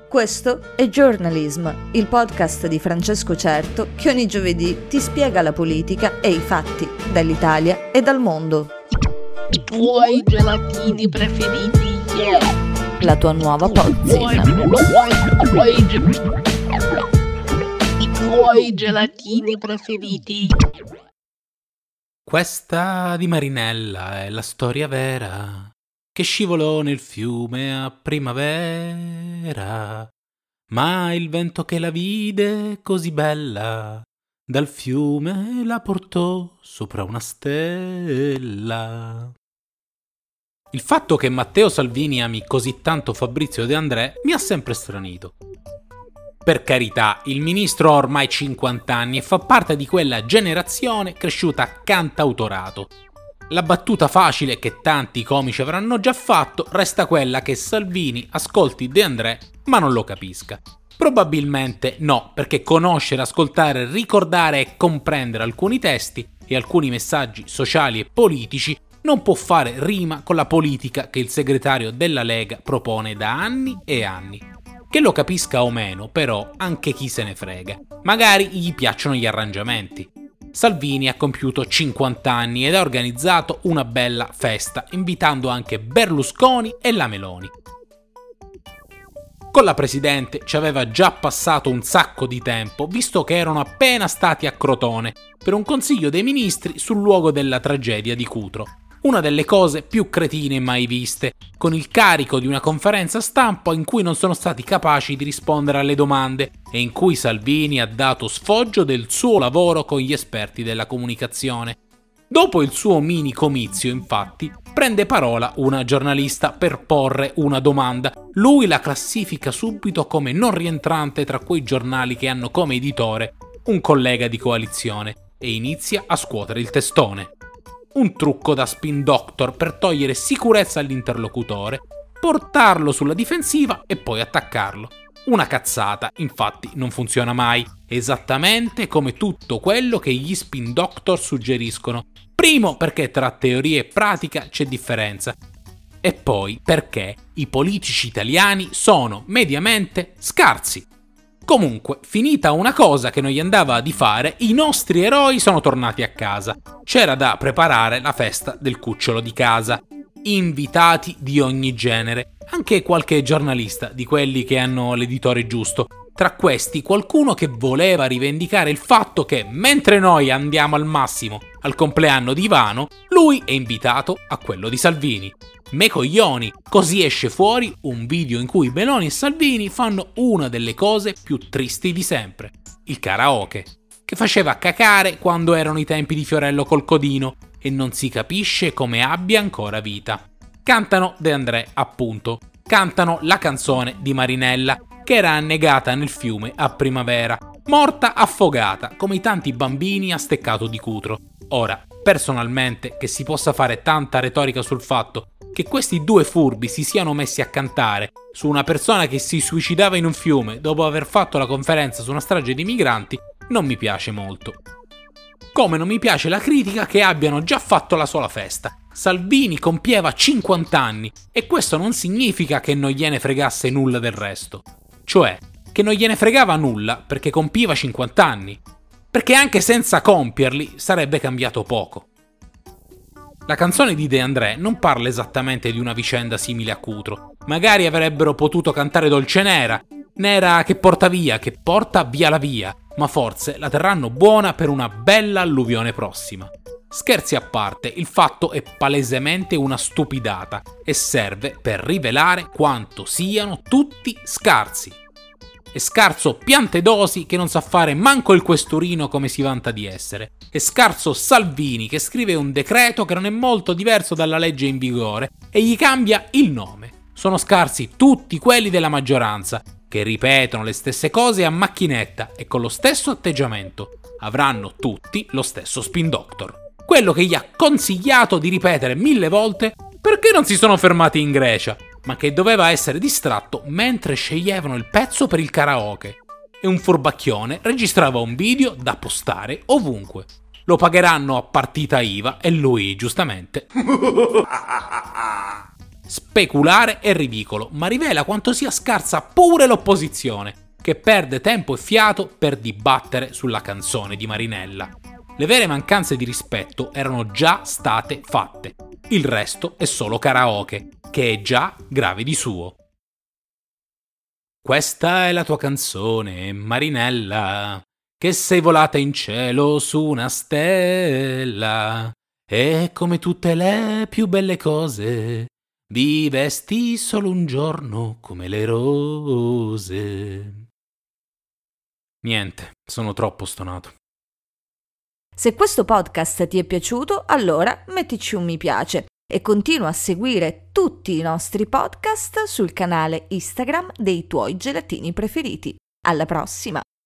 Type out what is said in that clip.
Questo è Journalism, il podcast di Francesco Certo che ogni giovedì ti spiega la politica e i fatti dall'Italia e dal mondo. I tuoi gelatini preferiti, La tua nuova pozzina. I tuoi gelatini preferiti. Questa di Marinella è la storia vera che scivolò nel fiume a primavera, ma il vento che la vide così bella dal fiume la portò sopra una stella. Il fatto che Matteo Salvini ami così tanto Fabrizio De André mi ha sempre stranito. Per carità, il ministro ha ormai 50 anni e fa parte di quella generazione cresciuta a cantautorato. La battuta facile che tanti comici avranno già fatto resta quella che Salvini ascolti De André ma non lo capisca. Probabilmente no, perché conoscere, ascoltare, ricordare e comprendere alcuni testi e alcuni messaggi sociali e politici non può fare rima con la politica che il segretario della Lega propone da anni e anni. Che lo capisca o meno, però, anche chi se ne frega. Magari gli piacciono gli arrangiamenti. Salvini ha compiuto 50 anni ed ha organizzato una bella festa, invitando anche Berlusconi e la Meloni. Con la Presidente ci aveva già passato un sacco di tempo, visto che erano appena stati a Crotone per un consiglio dei ministri sul luogo della tragedia di Cutro. Una delle cose più cretine mai viste, con il carico di una conferenza stampa in cui non sono stati capaci di rispondere alle domande e in cui Salvini ha dato sfoggio del suo lavoro con gli esperti della comunicazione. Dopo il suo mini comizio, infatti, prende parola una giornalista per porre una domanda. Lui la classifica subito come non rientrante tra quei giornali che hanno come editore un collega di coalizione e inizia a scuotere il testone. Un trucco da spin doctor per togliere sicurezza all'interlocutore, portarlo sulla difensiva e poi attaccarlo. Una cazzata, infatti non funziona mai, esattamente come tutto quello che gli spin doctor suggeriscono. Primo perché tra teoria e pratica c'è differenza, e poi perché i politici italiani sono mediamente scarsi. Comunque, finita una cosa che non gli andava di fare, i nostri eroi sono tornati a casa. C'era da preparare la festa del cucciolo di casa. Invitati di ogni genere, anche qualche giornalista di quelli che hanno l'editore giusto. Tra questi qualcuno che voleva rivendicare il fatto che mentre noi andiamo al massimo al compleanno di Ivano, lui è invitato a quello di Salvini. Me coglioni, così esce fuori un video in cui Meloni e Salvini fanno una delle cose più tristi di sempre, il karaoke, che faceva cacare quando erano i tempi di Fiorello col Codino e non si capisce come abbia ancora vita. Cantano De André, appunto, cantano la canzone di Marinella, che era annegata nel fiume a primavera, morta affogata come i tanti bambini a Steccato di Cutro. Ora, personalmente, che si possa fare tanta retorica sul fatto che questi due furbi si siano messi a cantare su una persona che si suicidava in un fiume dopo aver fatto la conferenza su una strage di migranti non mi piace molto. Come non mi piace la critica che abbiano già fatto la sola festa. Salvini compieva 50 anni e questo non significa che non gliene fregasse nulla del resto. Cioè, che non gliene fregava nulla perché compiva 50 anni. Perché anche senza compierli sarebbe cambiato poco. La canzone di De André non parla esattamente di una vicenda simile a Cutro. Magari avrebbero potuto cantare Dolce Nera, Nera che porta via la via, ma forse la terranno buona per una bella alluvione prossima. Scherzi a parte, il fatto è palesemente una stupidata e serve per rivelare quanto siano tutti scarsi. È scarso Piantedosi che non sa fare manco il questurino come si vanta di essere. È scarso Salvini che scrive un decreto che non è molto diverso dalla legge in vigore e gli cambia il nome. Sono scarsi tutti quelli della maggioranza che ripetono le stesse cose a macchinetta e con lo stesso atteggiamento. Avranno tutti lo stesso spin doctor. Quello che gli ha consigliato di ripetere 1000 volte perché non si sono fermati in Grecia, ma che doveva essere distratto mentre sceglievano il pezzo per il karaoke. E un furbacchione registrava un video da postare ovunque. Lo pagheranno a partita IVA e lui, giustamente, speculare è ridicolo, ma rivela quanto sia scarsa pure l'opposizione, che perde tempo e fiato per dibattere sulla canzone di Marinella. Le vere mancanze di rispetto erano già state fatte. Il resto è solo karaoke, che è già grave di suo. Questa è la tua canzone, Marinella, che sei volata in cielo su una stella. E come tutte le più belle cose, vivesti solo un giorno come le rose. Niente, sono troppo stonato. Se questo podcast ti è piaciuto, allora mettici un mi piace e continua a seguire tutti i nostri podcast sul canale Instagram dei tuoi gelatini preferiti. Alla prossima!